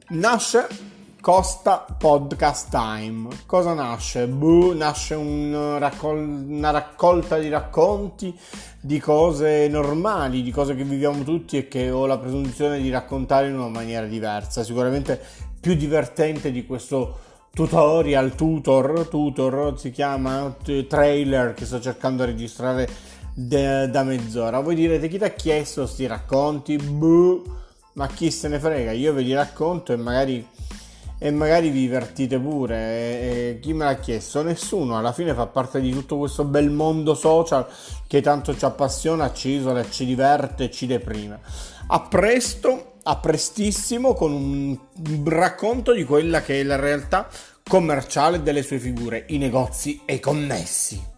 Nasce Costa Podcast Time. Cosa nasce? Nasce una raccolta di racconti di cose normali, di cose che viviamo tutti e che ho la presunzione di raccontare in una maniera diversa, sicuramente più divertente di questo tutor si chiama, trailer che sto cercando di registrare da mezz'ora. Voi direte: chi ti ha chiesto sti racconti? Ma chi se ne frega, io ve li racconto e magari vi divertite pure. E chi me l'ha chiesto? Nessuno. Alla fine fa parte di tutto questo bel mondo social che tanto ci appassiona, ci isola, ci diverte, ci deprime. A presto, a prestissimo, con un racconto di quella che è la realtà commerciale delle sue figure, i negozi e i connessi.